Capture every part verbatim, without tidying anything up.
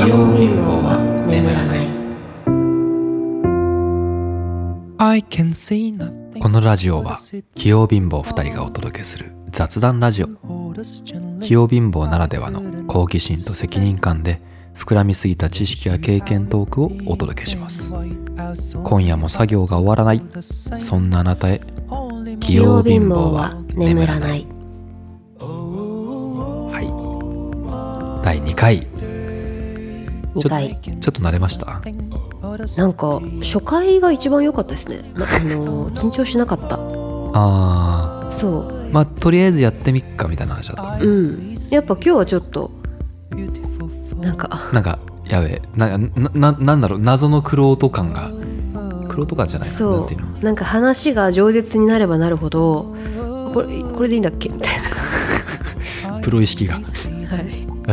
器用貧乏は眠らない。このラジオは器用貧乏ふたりがお届けする雑談ラジオ。器用貧乏ならではの好奇心と責任感で膨らみすぎた知識や経験トークをお届けします。今夜も作業が終わらない、そんなあなたへ器用貧乏は眠らない。はい、だいにかい。 にかいちょっと慣れました？ なんか初回が一番良かったですね。なあの緊張しなかった。 ああ、 そうまあとりあえずやってみっかみたいな話だった、ね、 うんやっぱ今日はちょっとなんかなんかやべえ な, な, なんだろう謎のクロート感がクロート感じゃないのそうなんていうのなんか話が饒舌になればなるほどこれこれでいいんだっけみたいなプロ意識が、はい、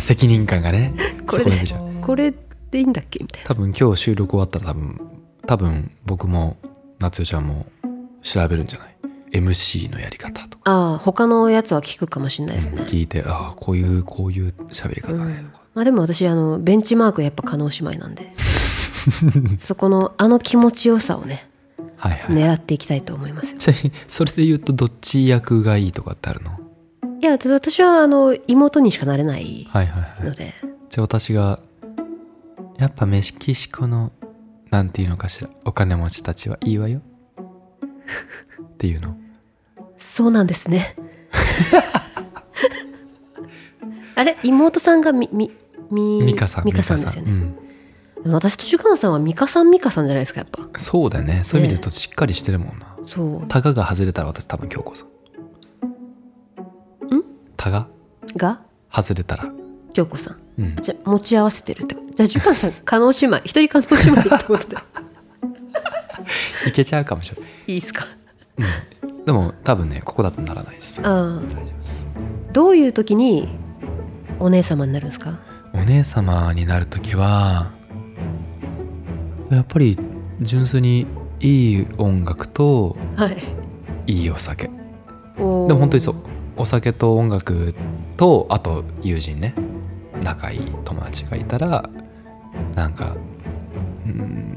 責任感がねこれでこれでいいんだっけみたいな。 多分今日収録終わったら多分多分僕も夏代ちゃんも調べるんじゃない？ エムシー のやり方とか。 ああ他のやつは聞くかもしれないですね、うん、 聞いてああこういうこういう喋り方ねとか、うん、 まあでも私あのベンチマークやっぱ叶姉妹なんでそこのあの気持ちよさをね、はいはい、狙っていきたいと思いますよ。 それで言うとどっち役がいいとかってあるの？ いや私はあの妹にしかなれないので、はいはいはい、 じゃあ私がやっぱメキシコのなんていうのかしらお金持ちたちはいいわよっていうの。 そうなんですねあれ妹さんがみみみミカさんミカさんですよね、うん、私とジュカンさんはミカさんミカさんじゃないですかやっぱ。 そうだね、そういう意味で言うとしっかりしてるもんな、ね、 そうタガが外れたら私多分京子さんんタガが外れたら京子さん、 うん、 じゃ持ち合わせてるってことじゃあジュカンさん加納姉妹一人加納姉妹ってことでいけちゃうかもしれない。 いいですか、 うん、でも多分ねここだとならないです。 あ大丈夫です。どういう時にお姉様になるんですか？ お姉様になる時はやっぱり純粋にいい音楽といいお酒、はい、でも本当にそうお酒と音楽とあと友人ね仲いい友達がいたらなんか、うん、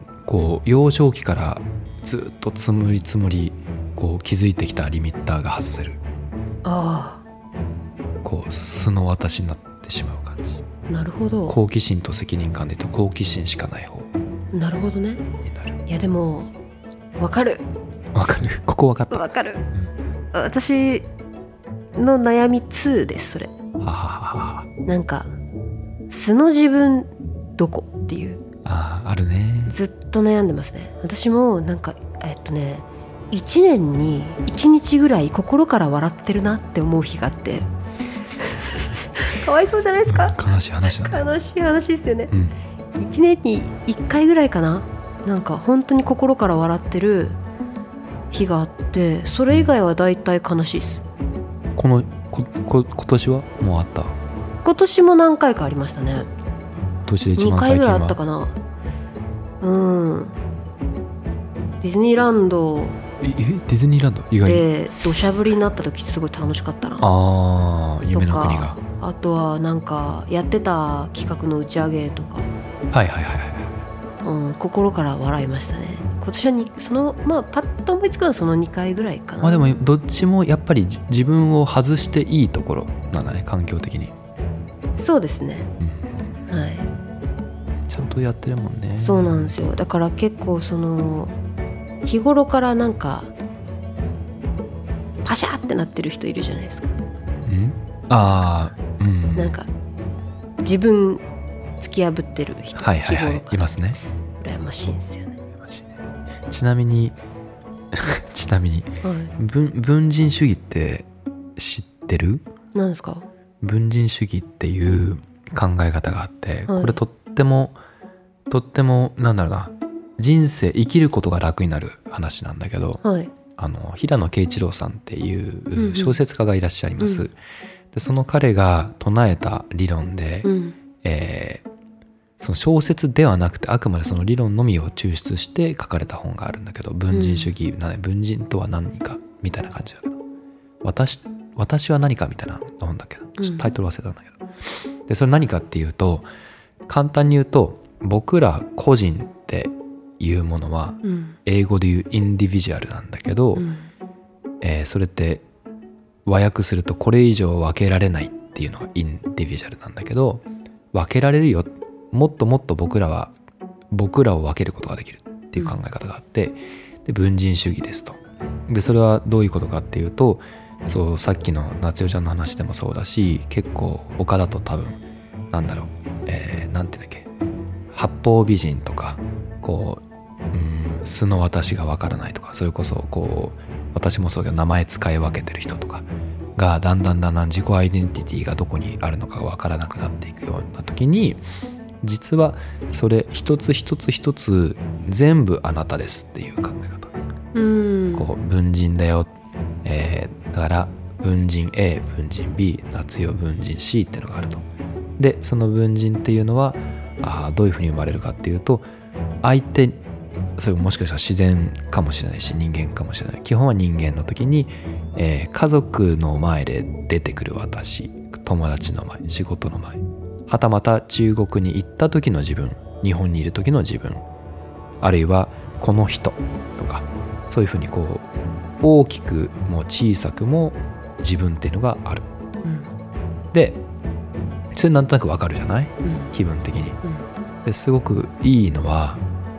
こう幼少期からずっと積もり積もりこう気づいてきたリミッターが外せる。ああこう素の私になってしまう感じ。 なるほど。 好奇心と責任感で言うと好奇心しかない方なるほどねになる。 いやでも分かる分かるここ分かった。 分かる、うん、私の悩みにですそれ。はははなんか素の自分どこっていう。 あああるね。 ずっと悩んでますね。私もなんかえっとねいちねんにいちにちぐらい心から笑ってるなって思う日があってかわいそうじゃないですか、 うん、悲しい話だね。 悲しい話ですよね、うん、いちねんにいっかいぐらいかななんか本当に心から笑ってる日があってそれ以外はだいたい悲しいです。 このここ今年はもうあった？ 今年も何回かありましたね。 今年で一番最近はにかいぐらいあったかな。うんディズニーランドえディズニーランド意外にで土砂降りになった時すごい楽しかったな。 あー夢の国が。 あとはなんかやってた企画の打ち上げとかはいはいはいはい、 うん、心から笑いましたね。今年はにそのまあパッと思いつくのはそのにかいぐらいかな。 まあでもどっちもやっぱり自分を外していいところなんだね環境的に。 そうですね、うん、はいちゃんとやってるもんね。 そうなんですよ。だから結構その日頃からなんかパシャってなってる人いるじゃないですか。 んああうん、 なんか自分突き破ってる人、 はいはいはいいますね。 羨ましいんですよね。 ちなみにちなみに、はい、文, 文人主義って知ってる？ 何ですか？ 文人主義っていう考え方があって、はい、これとってもとってもなんだろうな人生生きることが楽になる話なんだけど、はい、あの平野啓一郎さんっていう小説家がいらっしゃいます、うんうん、でその彼が唱えた理論で、うんえー、その小説ではなくてあくまでその理論のみを抽出して書かれた本があるんだけど文人主義、うん、文人とは何かみたいな感じだから 私, 私は何かみたいな本だけどちょっとタイトル忘れたんだけど、うん、でそれ何かっていうと簡単に言うと僕ら個人っていうものは英語で言うインディビジュアルなんだけど、うんえー、それって和訳するとこれ以上分けられないっていうのがインディビジュアルなんだけど、分けられるよ、もっともっと僕らは僕らを分けることができるっていう考え方があって、で文人主義ですと。でそれはどういうことかっていうと、そうさっきの夏代ちゃんの話でもそうだし、結構他だと多分なんだろう、えー、なんていうんだっけ、八方美人とかこう、うん、素の私が分からないとか、それこそこう私もそうだけど名前使い分けてる人とかがだんだんだんだん自己アイデンティティがどこにあるのか分からなくなっていくような時に、実はそれ一つ一つ一つ全部あなたですっていう考え方。うんこう文人だよ、えー、だから文人 A、文人 B、夏代文人 C っていうのがあると。でその文人っていうのはあどういうふうに生まれるかっていうと、相手それもしかしたら自然かもしれないし人間かもしれない。基本は人間の時に、えー、家族の前で出てくる私、友達の前、仕事の前、はたまた中国に行った時の自分、日本にいる時の自分、あるいはこの人とか、そういうふうにこう大きくも小さくも自分っていうのがある、うん、でそれなんとなくわかるじゃない、うん、気分的に、うん、ですごくいいのは、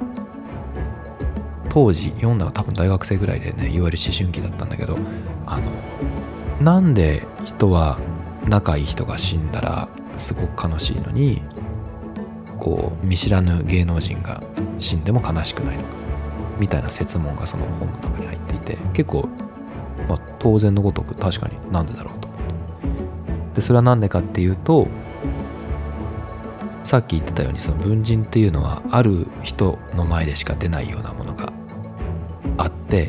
当時読んだのは多分大学生ぐらいでね、いわゆる思春期だったんだけど、あのなんで人は仲いい人が死んだらすごく悲しいのに、こう見知らぬ芸能人が死んでも悲しくないのかみたいな説問がその本の中に入っていて、結構、まあ、当然のごとく確かになんでだろうと思う。でそれはなんでかっていうと、さっき言ってたようにその文人っていうのはある人の前でしか出ないようなものがあって、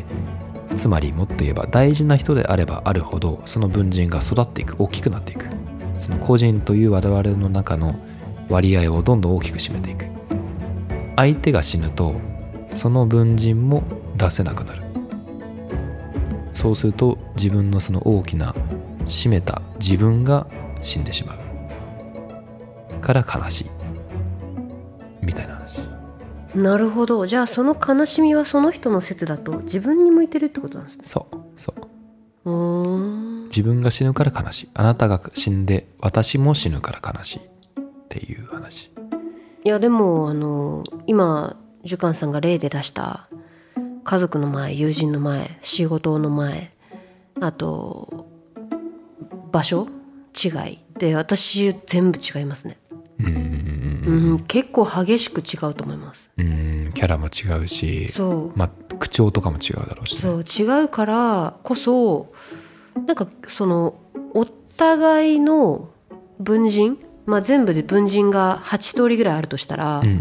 つまりもっと言えば大事な人であればあるほどその文人が育っていく、大きくなっていく、その個人という我々の中の割合をどんどん大きく占めていく。相手が死ぬとその文人も出せなくなる。そうすると自分のその大きな占めた自分が死んでしまうから悲しいみたいな話。 なるほど。じゃあその悲しみはその人の説だと自分に向いてるってことなんですね。 そうそううーん自分が死ぬから悲しい、あなたが死んで私も死ぬから悲しいっていう話。 いやでもあの今ジュカンさんが例で出した家族の前、友人の前、仕事の前、あと場所違いで、私全部違いますね。うんうん結構激しく違うと思います。 うんキャラも違うし、そう、まあ、口調とかも違うだろうし、ね、 そう違うからこそなんかそのお互いの文人、まあ、全部で文人がはち通りぐらいあるとしたら、うんうんうん、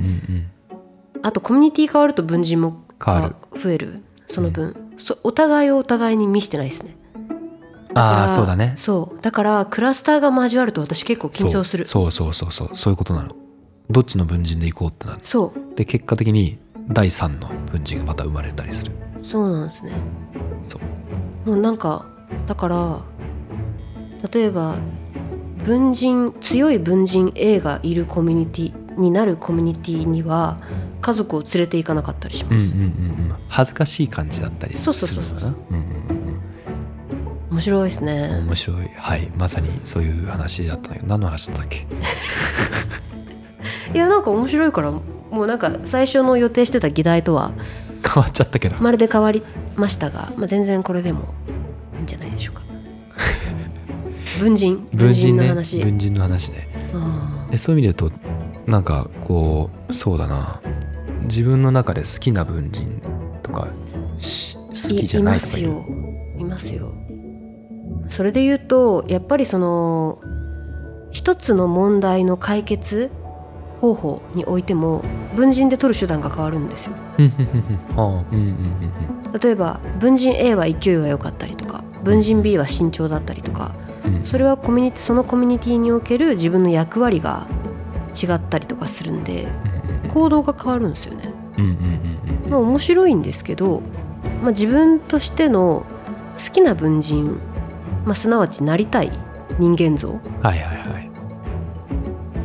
あとコミュニティ変わると文人も変わる増える、その分、うん、そお互いをお互いに見してないですね。 ああそうだね。 そうだからクラスターが交わると私結構緊張する。 そうそうそうそうそういうことなの。どっちの文人で行こうってなる。そうで結果的にだいさんの文人がまた生まれたりする。 そうなんですね。そうもうなんかだから例えば文人強い文人 A がいるコミュニティになるコミュニティには家族を連れて行かなかったりします。うんうんうんうん、 恥ずかしい感じだったりするのかな。そうそうそうそう、うんうんうん、 面白いですね。 面白い、はい、まさにそういう話だったんだけど、何の話だったっけいやなんか面白いから、もうなんか最初の予定してた議題とは変わっちゃったけどまるで変わりましたが、まあ、全然これでもいいんじゃないでしょうか文人文人の話、 文人の話ね。えそういう意味で言うとなんかこうそうだな、自分の中で好きな文人とか好きじゃないとかいう い, いますよいますよ。それで言うとやっぱりその一つの問題の解決方法においても文人で取る手段が変わるんですよ例えば文人 A は勢いが良かったりとか、文人 B は慎重だったりとか、それはコミュニティそのコミュニティにおける自分の役割が違ったりとかするんで行動が変わるんですよね。まあ面白いんですけど、まあ、自分としての好きな文人、まあ、すなわちなりたい人間像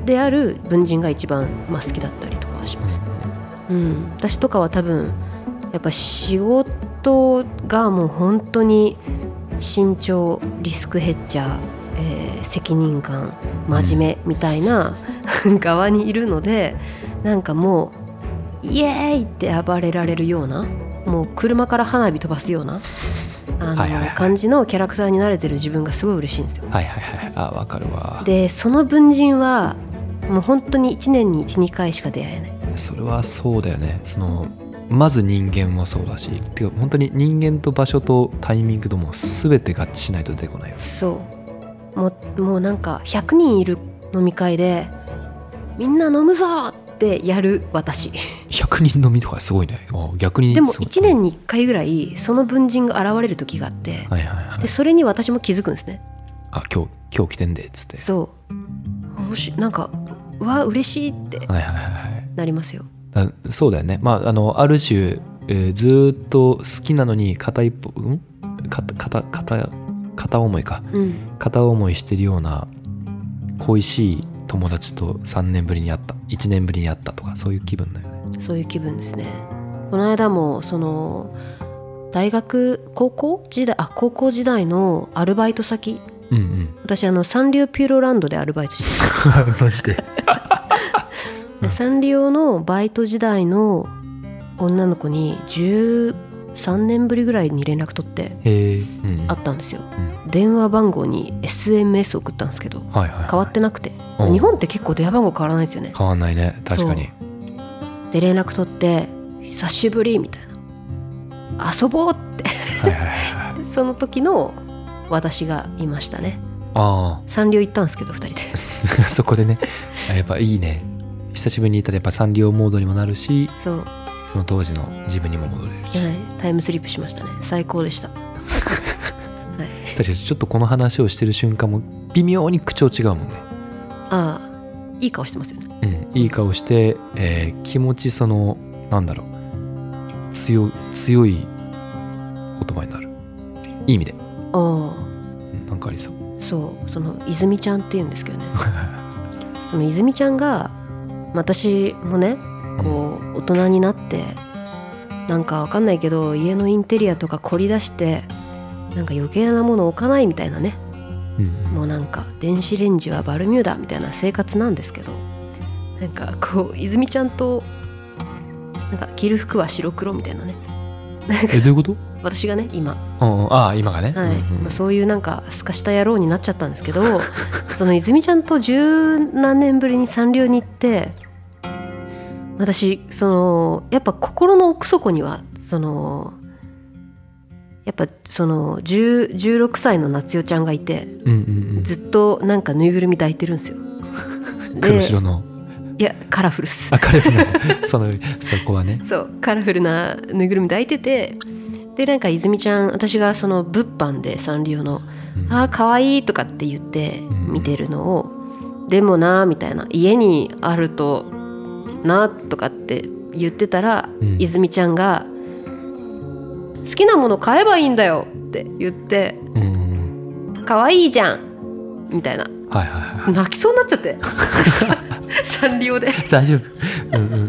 である文人が一番、まあ、好きだったりとかします、うんうん、私とかは多分やっぱ仕事がもう本当に慎重、リスクヘッジャー、えー、責任感、真面目みたいな側にいるので、なんかもうイエーイって暴れられるような、もう車から花火飛ばすようなあの、はいはいはい、感じのキャラクターに慣れてる自分がすごい嬉しいんですよ。 はいはいはい、あ、わかるわ。 でその文人はもう本当にいちねんに いち,に 回しか出会えない。 それはそうだよね。そのまず人間もそうだし、てか本当に人間と場所とタイミングとも全て合致しないと出てこないよ。 そうもう、もうなんかひゃくにんいる飲み会でみんな飲むぞってやる私。 ひゃくにん飲みとかすごいね。あ、逆にでもいちねんにいっかいぐらいその文人が現れる時があって、はいはいはい、でそれに私も気づくんですね。 あ、今日今日来てんでっつって。 そうもしなんかうわ嬉しいってなりますよ。 はいはいはい、だそうだよね。まああのある種、えー、ずっと好きなのに片一方、うん、片片片片思いか、うん、片思いしてるような恋しい友達とさんねんぶりに会った、いちねんぶりに会ったとか、そういう気分だよね。 そういう気分ですね。この間もその大学高校時代あ高校時代のアルバイト先、うんうん、私あのサンリオピューロランドでアルバイトしてたマジでサンリオのバイト時代の女の子にじゅうさんねんぶりぐらいに連絡取って会ったんですよ、うん、電話番号に エスエムエス 送ったんですけど、はいはいはい、変わってなくて、日本って結構電話番号変わらないですよね。 変わんないね、確かに。 で連絡取って久しぶりみたいな、遊ぼうってはいはい、はい、その時の私がいましたね。あサンリオ行ったんですけどふたりでそこでね、やっぱいいね、久しぶりに行ったらやっぱサンリオモードにもなるし、そうその当時の自分にも戻れるし、はい、 タイムスリップしましたね。最高でした、はい、 確かにちょっとこの話をしてる瞬間も微妙に口調違うもんね。 ああ、いい顔してますよね。 うん、いい顔して、えー、気持ちそのなんだろう、強強い言葉になる、いい意味で。ああ、なんかありそう。 そうその泉ちゃんっていうんですけどねその泉ちゃんが、私もねこう大人になってなんかわかんないけど家のインテリアとか凝り出してなんか余計なもの置かないみたいなね、うん、もうなんか電子レンジはバルミューダみたいな生活なんですけど、なんかこう泉ちゃんとなんか着る服は白黒みたいなね。 え、どういうこと？ 私がね今、 ああ今がね、はい、 うんうん、まあ、そういうなんかすかした野郎になっちゃったんですけどその泉ちゃんと十何年ぶりにサンリオに行って、私そのやっぱ心の奥底にはそのやっぱそのじゅう、じゅうろくさいの夏代ちゃんがいて、うんうんうん、ずっとなんかぬいぐるみ抱いてるんですよ黒白の、 いやカラフルっす。 あ、カラフルなそのそこはね、 そうカラフルなぬいぐるみ抱いてて、でなんか泉ちゃん、私がその物販でサンリオの、うん、あーかわいいとかって言って見てるのを、うん、でもなみたいな、家にあるとなとかって言ってたら、うん、泉ちゃんが好きなもの買えばいいんだよって言って、うん、かわいいじゃんみたいな、はいはいはい、泣きそうになっちゃってサンリオで大丈夫、うんうんうん、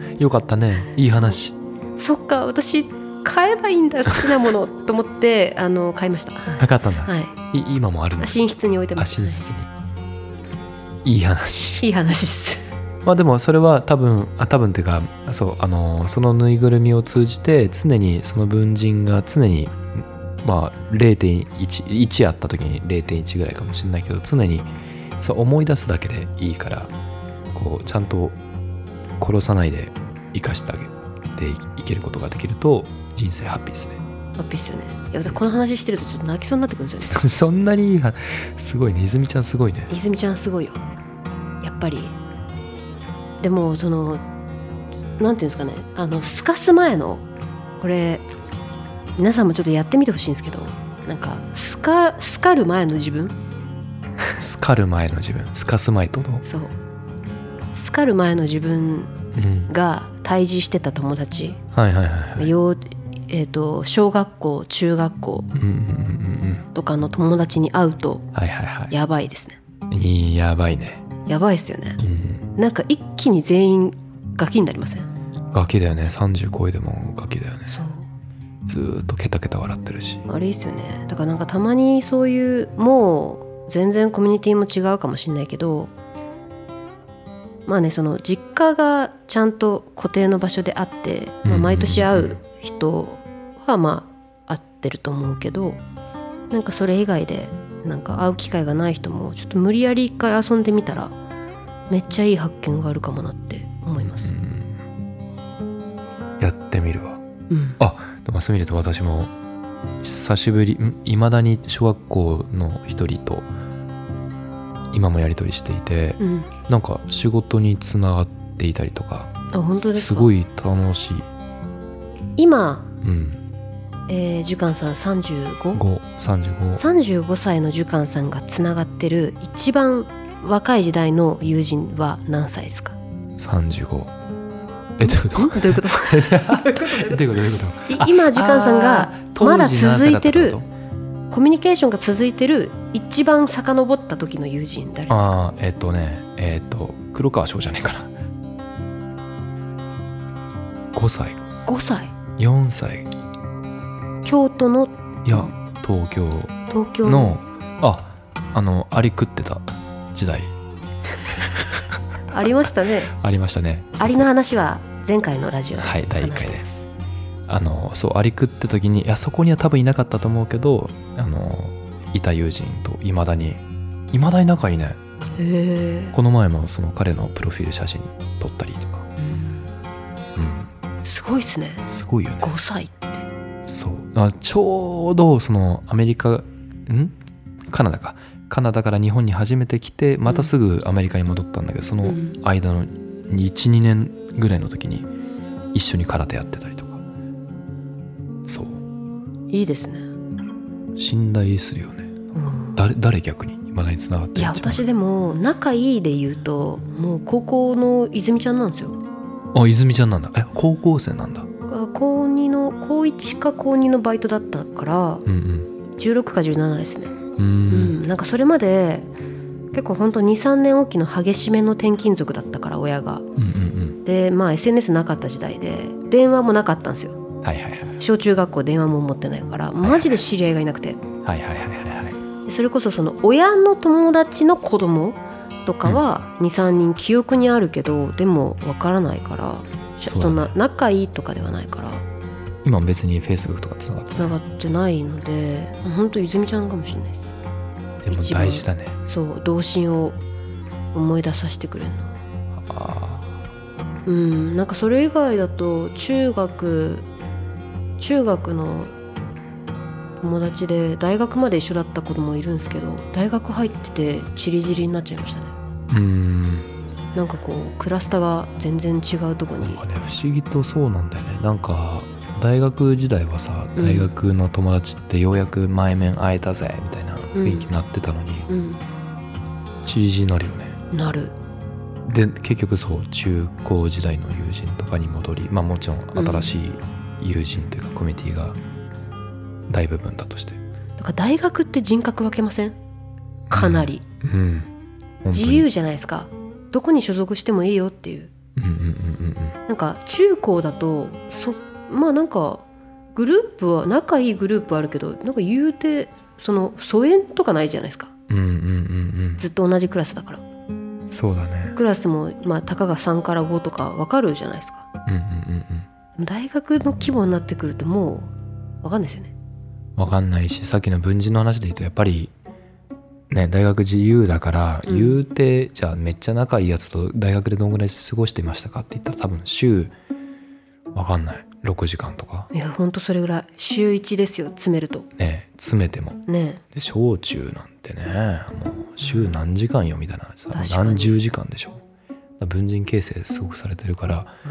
よかったね、いい話。 そっか、私買えばいいんだ好きなものと思ってあの買いました。 買ったんだ、はい、い今もあるんだ。 寝室に置いてます。 あ、寝室に。いい話。 いい話です。 まあでもそれは多分あ多分っていうか、そうあのそのぬいぐるみを通じて常にその文人が常にまあ れいてんいち いちあった時に れいてんいち ぐらいかもしれないけど、常にそう思い出すだけでいいから、こうちゃんと殺さないで生かしてあげていけることができると人生ハッピーですね。 ハッピーですよね。いや、この話してるとちょっと泣きそうになってくるんですよねそんなにいい話、すごいね、泉ちゃんすごいね。 泉ちゃんすごいよやっぱり。でもそのなんていうんですかね、あの透かす前のこれ皆さんもちょっとやってみてほしいんですけど、なんか透か透かる前の自分透かる前の自分、透かす前ってこと？ そう、透かる前の自分が対峙してた友達、うん、はいはいはい、はい、よえーと、小学校中学校とかの友達に会うとやばいですね。 いい、やばいね。 やばいですよね、 うん、 なんか一気に全員ガキになりません？ ガキだよね。さんじゅう超えでもガキだよね。 そうずーっとケタケタ笑ってるし。 あれいいっすよね。だからなんかたまにそういうもう全然コミュニティも違うかもしれないけど、まあねその実家がちゃんと固定の場所であって、まあ、毎年会う人はまあ会ってると思うけど、なんかそれ以外でなんか会う機会がない人もちょっと無理やり一回遊んでみたらめっちゃいい発見があるかもなって思います、うん、 やってみるわ、 うん、 あでもそう見ると私も久しぶりいまだに小学校の一人と今もやり取りしていて、うん、なんか仕事につながっていたりとか。 あ本当ですか？ すごい楽しい今、 うんえー、ジュカンさん さんじゅうご? さんじゅうごさんじゅうごさいのジュカンさんがつながってる一番若い時代の友人は何歳ですか？ さんじゅうご。えどういうこと？ どういうこと？ どういうこと？どういうこと？ 今ジュカンさんがまだ続いてるコミュニケーションが続いてる一番遡った時の友人誰ですか？ あえっ、ー、とねえっ、ー、と黒川翔じゃねえかな。ごさい。 ごさい。 よんさい。 京都のいや東京東京のああのアリ食ってた時代ありましたね。 ありましたね。 アリの話は前回のラジオで話してます。 はい、だいいっかいです。あのそうアリ食って時にいやそこには多分いなかったと思うけどあのいた友人といまだにいまだに仲いいね。 へこの前もその彼のプロフィール写真撮ったりとか、 うんうん、すごいっすね。 すごいよね。 ごさいってそうあちょうどそのアメリカんカナダかカナダから日本に初めて来てまたすぐアメリカに戻ったんだけど、その間の いちにねんぐらいの時に一緒に空手やってたりとか。そういいですね。 信頼するよね、うん、誰, 誰逆に未だに繋がってる？ いや私でも仲いいで言うともう高校の泉ちゃんなんですよ。 あ泉ちゃんなんだ。え高校生なんだ。 高にの高いちか高にのバイトだったから、うんうん、じゅうろくかじゅうななですね。うん、うん、なんかそれまで結構ほんと にさんねんおきの激しめの転勤族だったから親が、うんうんうん、でまあ エスエヌエス なかった時代で電話もなかったんですよ、はいはいはい、小中学校電話も持ってないからマジで知り合いがいなくて、はいはいはいはい、それこそその親の友達の子供とかは にさんにん記憶にあるけど、うん、でもわからないから そ,、ね、そんな仲いいとかではないから今別に Facebook とかつながってない、 つながってないので本当泉ちゃんかもしれないです。 でも大事だね。 そう童心を思い出させてくれるの。あうんなんかそれ以外だと中学中学の友達で大学まで一緒だった子供いるんですけど大学入っててチリチリになっちゃいましたね。うんなんかこうクラスターが全然違うとこになんかね不思議とそうなんだよね。なんか大学時代はさ大学の友達ってようやく前面会えたぜみたいな雰囲気になってたのに、うんうん、チリチリになるよね。 なる。 で結局そう中高時代の友人とかに戻りまあもちろん新しい友人というかコミュニティが大部分だとして、 だから大学って人格分けません？かなり、うんうん、自由じゃないですか。どこに所属してもいいよっていう、うんうんうんうん、なんか中高だとそまあなんかグループは仲いいグループあるけどなんか言うてその疎遠とかないじゃないですか、うんうんうんうん、ずっと同じクラスだから。 そうだね。 クラスもまあたかがさんからごとか分かるじゃないですか、うんうんうんうん、大学の規模になってくるともう分かんないですよね。 分かんないしさっきの文人の話で言うとやっぱりね大学自由だから、うん、言うてじゃあめっちゃ仲いいやつと大学でどんぐらい過ごしていましたかって言ったら多分週分かんないろくじかんとか。 いやほんとそれぐらい週いちですよ詰めるとね詰めてもね。 で小中なんてねもう週何時間よみたいな何十時間でしょ。文人形成すごくされてるから、うん、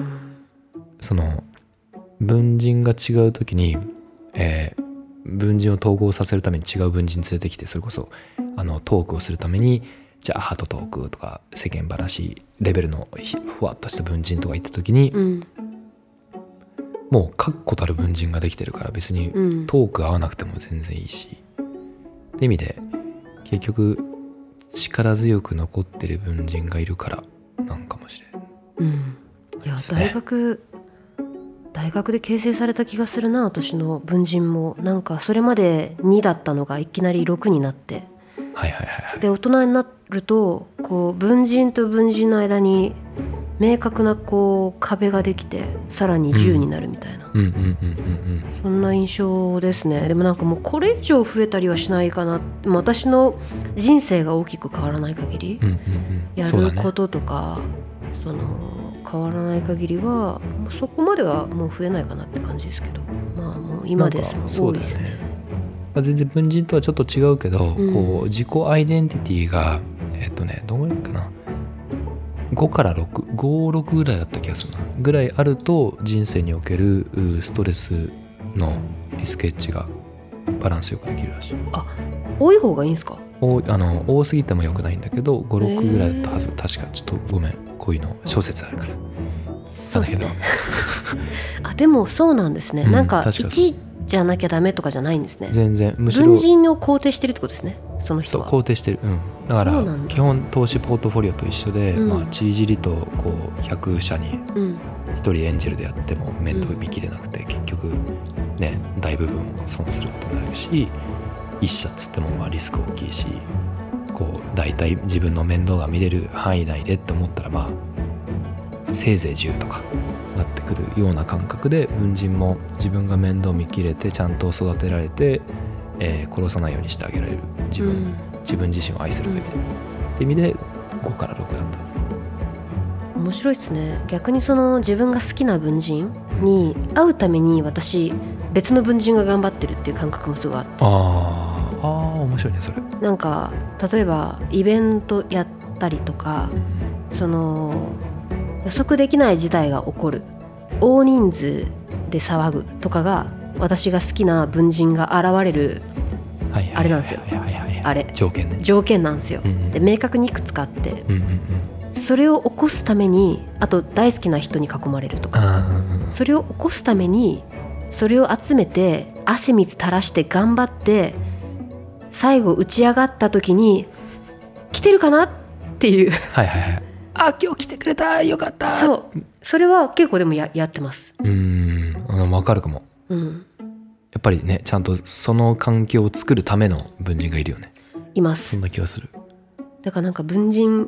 その文人が違う時に、えー、文人を統合させるために違う文人連れてきてそれこそあのトークをするためにじゃあハートトークとか世間話レベルのふわっとした文人とか言った時に、うん、もう確固たる文人ができてるから別にトーク合わなくても全然いいし、うん、って意味で結局力強く残ってる文人がいるからなんかもしれない、 うん、いや大学大学で形成された気がするな。私の文人もなんかそれまでにだったのがいきなりろくになって、 はいはいはいはい、 で大人になるとこう文人と文人の間に明確なこう壁ができてさらにじゅうになるみたいな、そんな印象ですね。でもなんかもうこれ以上増えたりはしないかな。私の人生が大きく変わらない限り、うんうんうん、やることとか そ,、ね、その変わらない限りはそこまではもう増えないかなって感じですけど、まあもう今ですも多いですね。 全然文人とはちょっと違うけど、うん、こう自己アイデンティティがえっとねどういうかなごからろく、ご、ろくぐらいだった気がするなぐらいあると人生におけるストレスのリスクエッジがバランスよくできるらしい。 あ、多い方がいいんですか？ 多あの多すぎてもよくないんだけどご、ろくぐらいだったはず。確かちょっとごめんこういうの諸説あるから。 そうですねあでもそうなんですね、うん、なんかいちじゃなきゃダメとかじゃないんですね。 全然むしろ文人を肯定してるってことですね、その人は。 そう肯定してる、うん、だから基本投資ポートフォリオと一緒で、うんまあ、ちりじりとこうひゃく社にひとりエンジェルでやっても面倒見きれなくて、うん、結局ね大部分を損することになるし、いっ社っつってもまあリスク大きいし、こう大体自分の面倒が見れる範囲内でって思ったらまあせいぜいじゅうとかなってくるような感覚で、文人も自分が面倒見きれてちゃんと育てられて、えー、殺さないようにしてあげられる自分、うん、自分自身を愛するという意味で、うん、って意味でごからろくだったんです。 面白いですね。逆にその自分が好きな文人に会うために私別の文人が頑張ってるっていう感覚もすごいあって、 ああ面白いねそれ。なんか例えばイベントやったりとか、うん、その予測できない事態が起こる、大人数で騒ぐとかが私が好きな文人が現れるあれなんですよ。あれ条件ね。 条件なんですよ、うんうん、で明確にいくつかあって、うんうんうん、それを起こすために、あと大好きな人に囲まれるとか、うんうん、それを起こすためにそれを集めて汗水垂らして頑張って最後打ち上がった時に来てるかなっていうはいはいはいあ今日来てくれたよかった。 そうそれは結構でも や, やってます。 うーんあの分かるかも、うん、やっぱりねちゃんとその環境を作るための文人がいるよね。 います。 そんな気がする。 だからなんか文人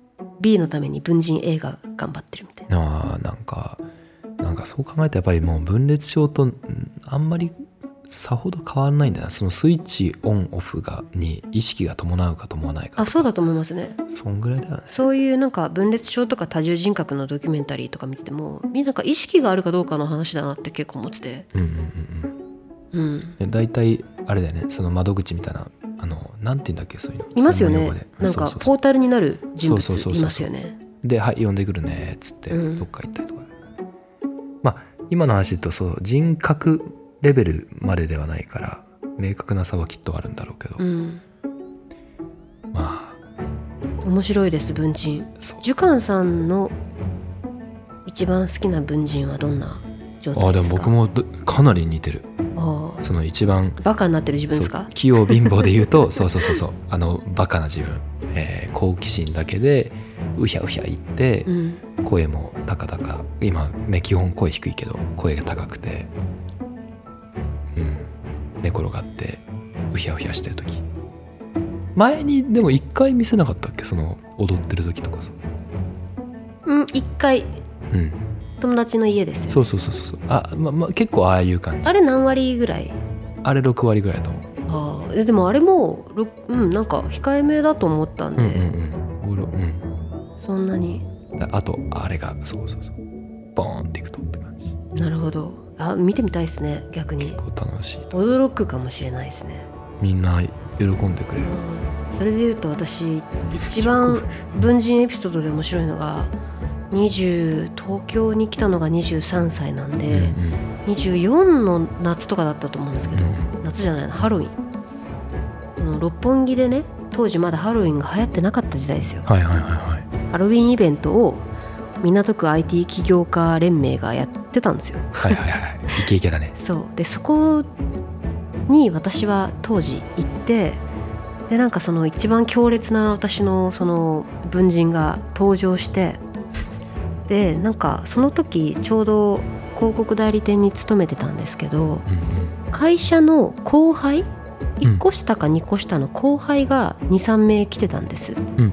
B のために文人 A が頑張ってるみたいな。 あなんかなんかそう考えたらやっぱりもう分裂症とあんまりさほど変わらないんだな。そのスイッチオンオフがに意識が伴うか伴わないか。 あそうだと思いますね。 そんぐらいだよね。 そういうなんか分裂症とか多重人格のドキュメンタリーとか見てても、みんななんか意識があるかどうかの話だなって結構思ってて、うんうんうんうん、だいたいあれだよね、その窓口みたいなあのなんて言うんだっけそういうのいますよね。なんかポータルになる人物いますよね。 ではい呼んでくるねっつってどっか行ったりとか、うん、まあ今の話だとそう人格レベルまでではないから明確な差はきっとあるんだろうけど、うん、まあ面白いです文人。ジュカンさんの一番好きな文人はどんな状態ですか？あでも僕もかなり似てる。あその一番バカになってる自分ですか？ 器用貧乏で言うとそうそうそうそうあのバカな自分、えー、好奇心だけでうひゃうひゃ言って、うん、声も高々今ね基本声低いけど声が高くて、うん、寝転がってうひゃうひゃしてる時、前にでも一回見せなかったっけその踊ってる時とかさ。 うん一回、うん、友達の家ですよ。 そうそうそうそうあ、まま、結構ああいう感じ。 あれ何割ぐらい？ あれろく割ぐらいだと思う。あでもあれもうんなんか控えめだと思ったんで、うんうんうん、そんなにあとあれがそうそうそうボーンっていくとって感じ。 なるほど。あ見てみたいですね逆に。 結構楽しい。 驚くかもしれないですね。 みんな喜んでくれる、 うん、それでいうと私一番文人エピソードで面白いのがにじゅう東京に来たのがにじゅうさんさいなんで、うんうん、にじゅうよんの夏とかだったと思うんですけど、うん、夏じゃないなハロウィン六本木でね当時まだハロウィンが流行ってなかった時代ですよ、はいはいはいはい、ハロウィンイベントを港区 アイティー 起業家連盟がやってたんですよ。 はいはいはいイケイケだね。 そうでそこに私は当時行ってでなんかその一番強烈な私のその文人が登場して、でなんかその時ちょうど広告代理店に勤めてたんですけど、うんうん、会社の後輩いっこ下かにこ下の後輩が にさんめい来てたんです、うんうんうんうん、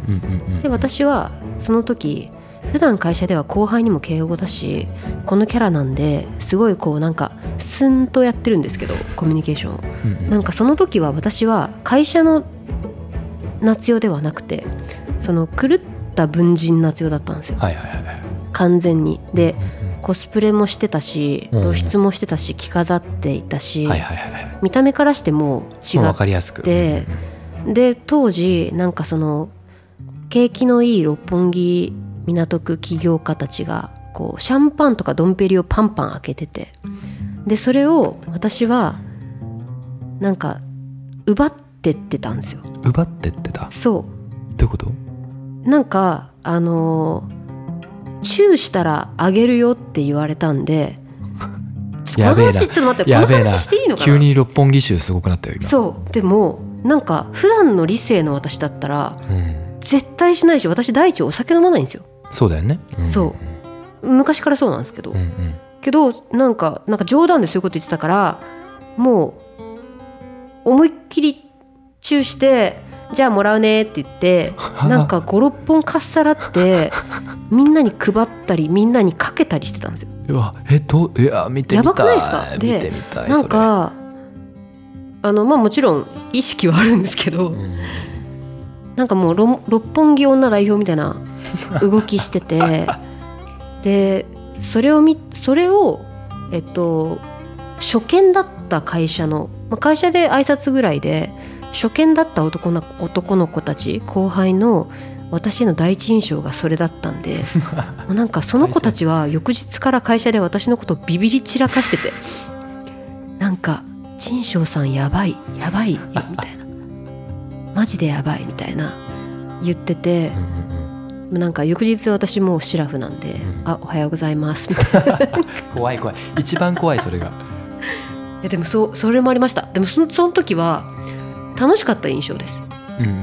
で私はその時普段会社では後輩にも敬語だしこのキャラなんですごいこうなんかスンとやってるんですけどコミュニケーションを、うんうん、なんかその時は私は会社の夏代ではなくてその狂った文人夏代だったんですよ、はいはいはい、完全にで、うんうん、コスプレもしてたし露出もしてたし着飾っていたし、はいはいはい、見た目からしても違って、分かりやすく、うんうん、で当時なんかその景気のいい六本木港区起業家たちがこうシャンパンとかドンペリをパンパン開けてて、でそれを私はなんか奪ってってたんですよ。 奪ってってた？ そう。 どういうこと？ なんかあのー、チューしたらあげるよって言われたんでやべえな、ちょっと待って、この話していいのかな。 急に六本木州すごくなったよ今。 そうでもなんか普段の理性の私だったら、うん、絶対しないし、私第一お酒飲まないんですよ。 そうだよね、 うん、そう昔からそうなんですけど、うんうん、けどなんかなんか冗談でそういうこと言ってたから、もう思いっきりチューしてじゃあもらうねって言ってなんかごろっぽんかっさらってみんなに配ったりみんなにかけたりしてたんですよ。 うわえどいや見てみたい。 やばくないですか。で見てみたい。 なんかあのまあもちろん意識はあるんですけど、うん、なんかもう六本木女代表みたいな動きしててでそれをみそれをえっと初見だった会社の、まあ、会社で挨拶ぐらいで初見だった男の、男の子たち後輩の私の第一印象がそれだったんでなんかその子たちは翌日から会社で私のことをビビり散らかしててなんか陳翔さんやばいやばいよみたいなマジでやばいみたいな言ってて、なんか翌日私もうシラフなんで、うん、あおはようございますみたいな怖い怖い、一番怖いそれが。いやでも そ, それもありました。でも そ, その時は楽しかった印象です。うんうんうん、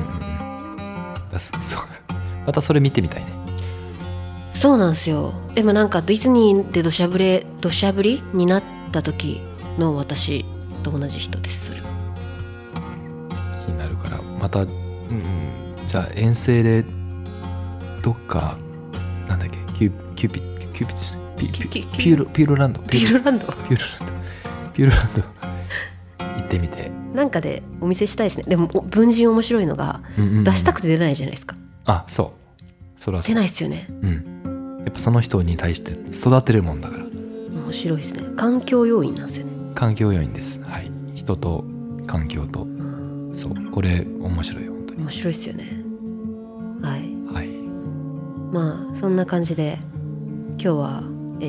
うん、そまたそれ見てみたいね。 そうなんですよ。でもなんかディズニーで土砂降り土砂降りになった時の私と同じ人です。それは気になるからまた、うんうん、じゃあ遠征でどっかなんだっけキュキューピキューピピピピューロピューロランドピューロランドピューロランドピューロランド行ってみてなんかでお見せしたいですね。でも文人面白いのが、うんうんうん、出したくて出ないじゃないですか。 あそうそれはそう出ないですよね。 うん、やっぱその人に対して育てるもんだから面白いですね。環境要因なんですよね。 環境要因です。はい、人と環境と、うん、そうこれ面白いよ本当に面白いですよね。はい、はい、まあそんな感じで今日は、え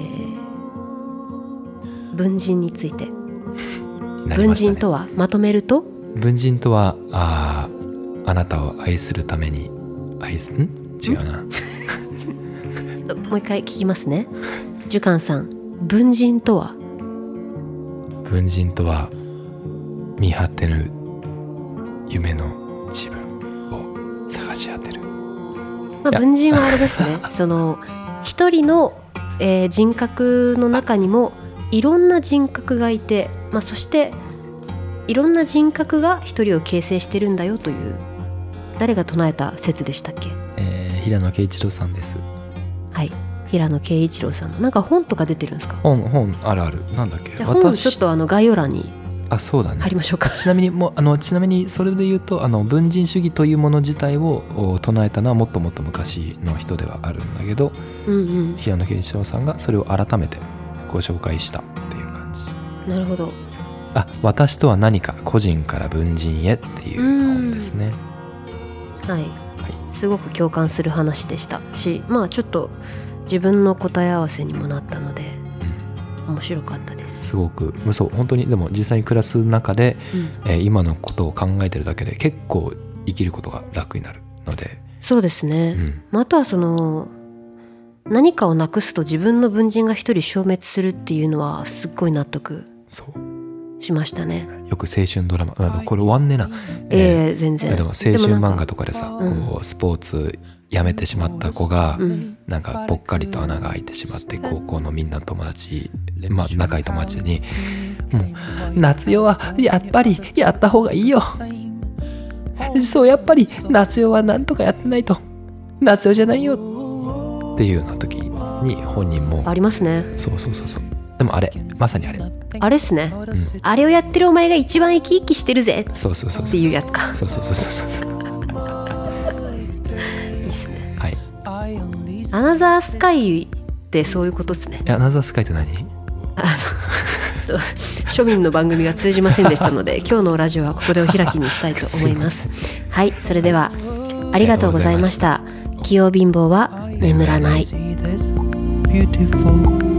ー、文人についてね、文人とはまとめると文人とは あ, あなたを愛するために愛すん違うなちょっともう一回聞きますね。ジュカンさん、文人とは文人とは見果てぬ夢の自分を探し当てる、 まあ、文人はあれですねその一人の、えー、人格の中にもいろんな人格がいて、まあ、そしていろんな人格が一人を形成してるんだよという、誰が唱えた説でしたっけ。 えー、平野啓一郎さんです。 はい、平野啓一郎さんのなんか本とか出てるんですか。 本本あるある。なんだっけ。 じゃあ本ちょっとあの概要欄にあそうだね貼りましょうか。 ちなみにもうあのちなみにそれで言うとあの文人主義というもの自体を唱えたのはもっともっと昔の人ではあるんだけど、うんうん、平野啓一郎さんがそれを改めてご紹介したっていう感じ。 なるほど。 あ、私とは何か個人から文人へっていう本ですね。 はい、はい、すごく共感する話でしたし、まあちょっと自分の答え合わせにもなったので、うん、面白かったです。 すごくそう本当にでも実際に暮らす中で、うんえー、今のことを考えてるだけで結構生きることが楽になるので。 そうですね、うんまあ、あとはその何かをなくすと自分の文人が一人消滅するっていうのはすっごい納得しましたね。 よく青春ドラマ、これ終わんねえな、 えー、全然。 でも青春漫画とかでさ、こうスポーツやめてしまった子が、うん、なんかぽっかりと穴が開いてしまって、高校のみんな友達、まあ仲いい友達にもう夏代はやっぱりやった方がいいよ、そうやっぱり夏代はなんとかやってないと夏代じゃないよっていうような時に本人もありますね。 そうそうそうそう。でもあれまさにあれあれっすね、うん、あれをやってるお前が一番生き生きしてるぜそうそうそうっていうやつか。 そうそうそうそうそういいっすね。 はい。 アナザースカイってそういうことっすね。 アナザースカイって何？ あの庶民の番組が通じませんでしたので今日のラジオはここでお開きにしたいと思います。はい、それではありがとうございました。器用貧乏は眠らない。